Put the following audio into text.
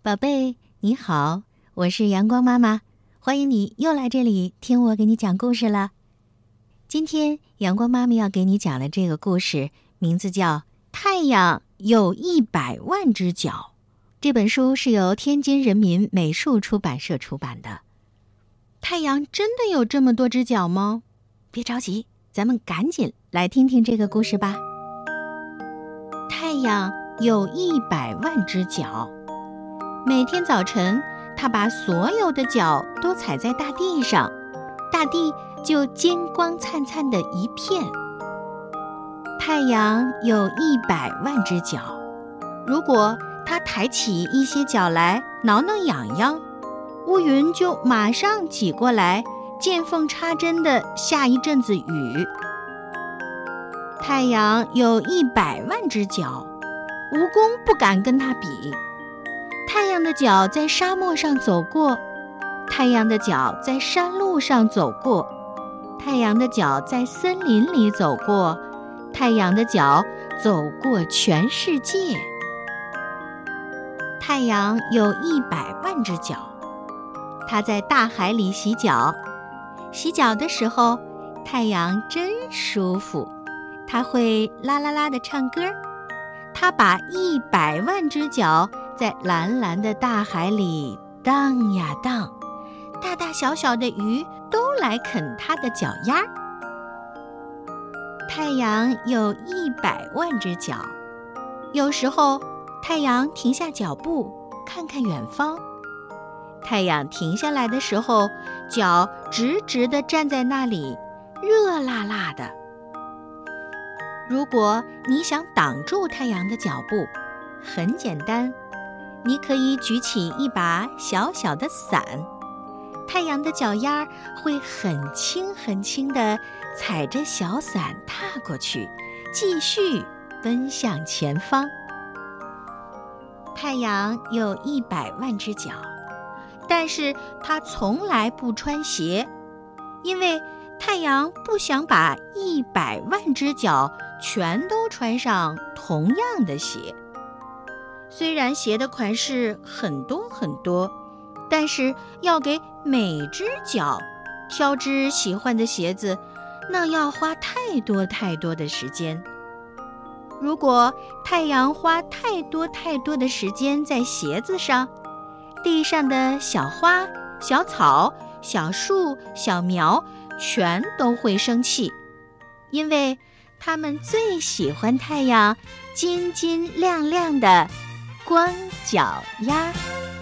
宝贝，你好，我是阳光妈妈，欢迎你又来这里听我给你讲故事了。今天阳光妈妈要给你讲的这个故事，名字叫《太阳有100万只脚》。这本书是由天津人民美术出版社出版的。太阳真的有这么多只脚吗？别着急，咱们赶紧来听听这个故事吧。太阳有100万只脚，每天早晨，它把所有的脚都踩在大地上，大地就金光灿灿的一片。太阳有100万只脚，如果它抬起一些脚来挠挠痒痒，乌云就马上挤过来，见缝插针地下一阵子雨。太阳有100万只脚，蜈蚣不敢跟它比。太阳的脚在沙漠上走过，太阳的脚在山路上走过，太阳的脚在森林里走过，太阳的脚走过全世界。太阳有100万只脚，它在大海里洗脚。洗脚的时候，太阳真舒服，它会啦啦啦地唱歌。它把100万只脚在蓝蓝的大海里荡呀荡，大大小小的鱼都来啃它的脚丫。太阳有100万只脚，有时候太阳停下脚步，看看远方。太阳停下来的时候，脚直直地站在那里，热辣辣的。如果你想挡住太阳的脚步，很简单，你可以举起一把小小的伞，太阳的脚丫会很轻很轻地踩着小伞踏过去，继续奔向前方。太阳有100万只脚，但是它从来不穿鞋，因为太阳不想把100万只脚全都穿上同样的鞋。虽然鞋的款式很多很多，但是要给每只脚挑只喜欢的鞋子，那要花太多太多的时间。如果太阳花太多太多的时间在鞋子上，地上的小花、小草、小树、小苗全都会生气，因为它们最喜欢太阳金金亮亮的光脚丫。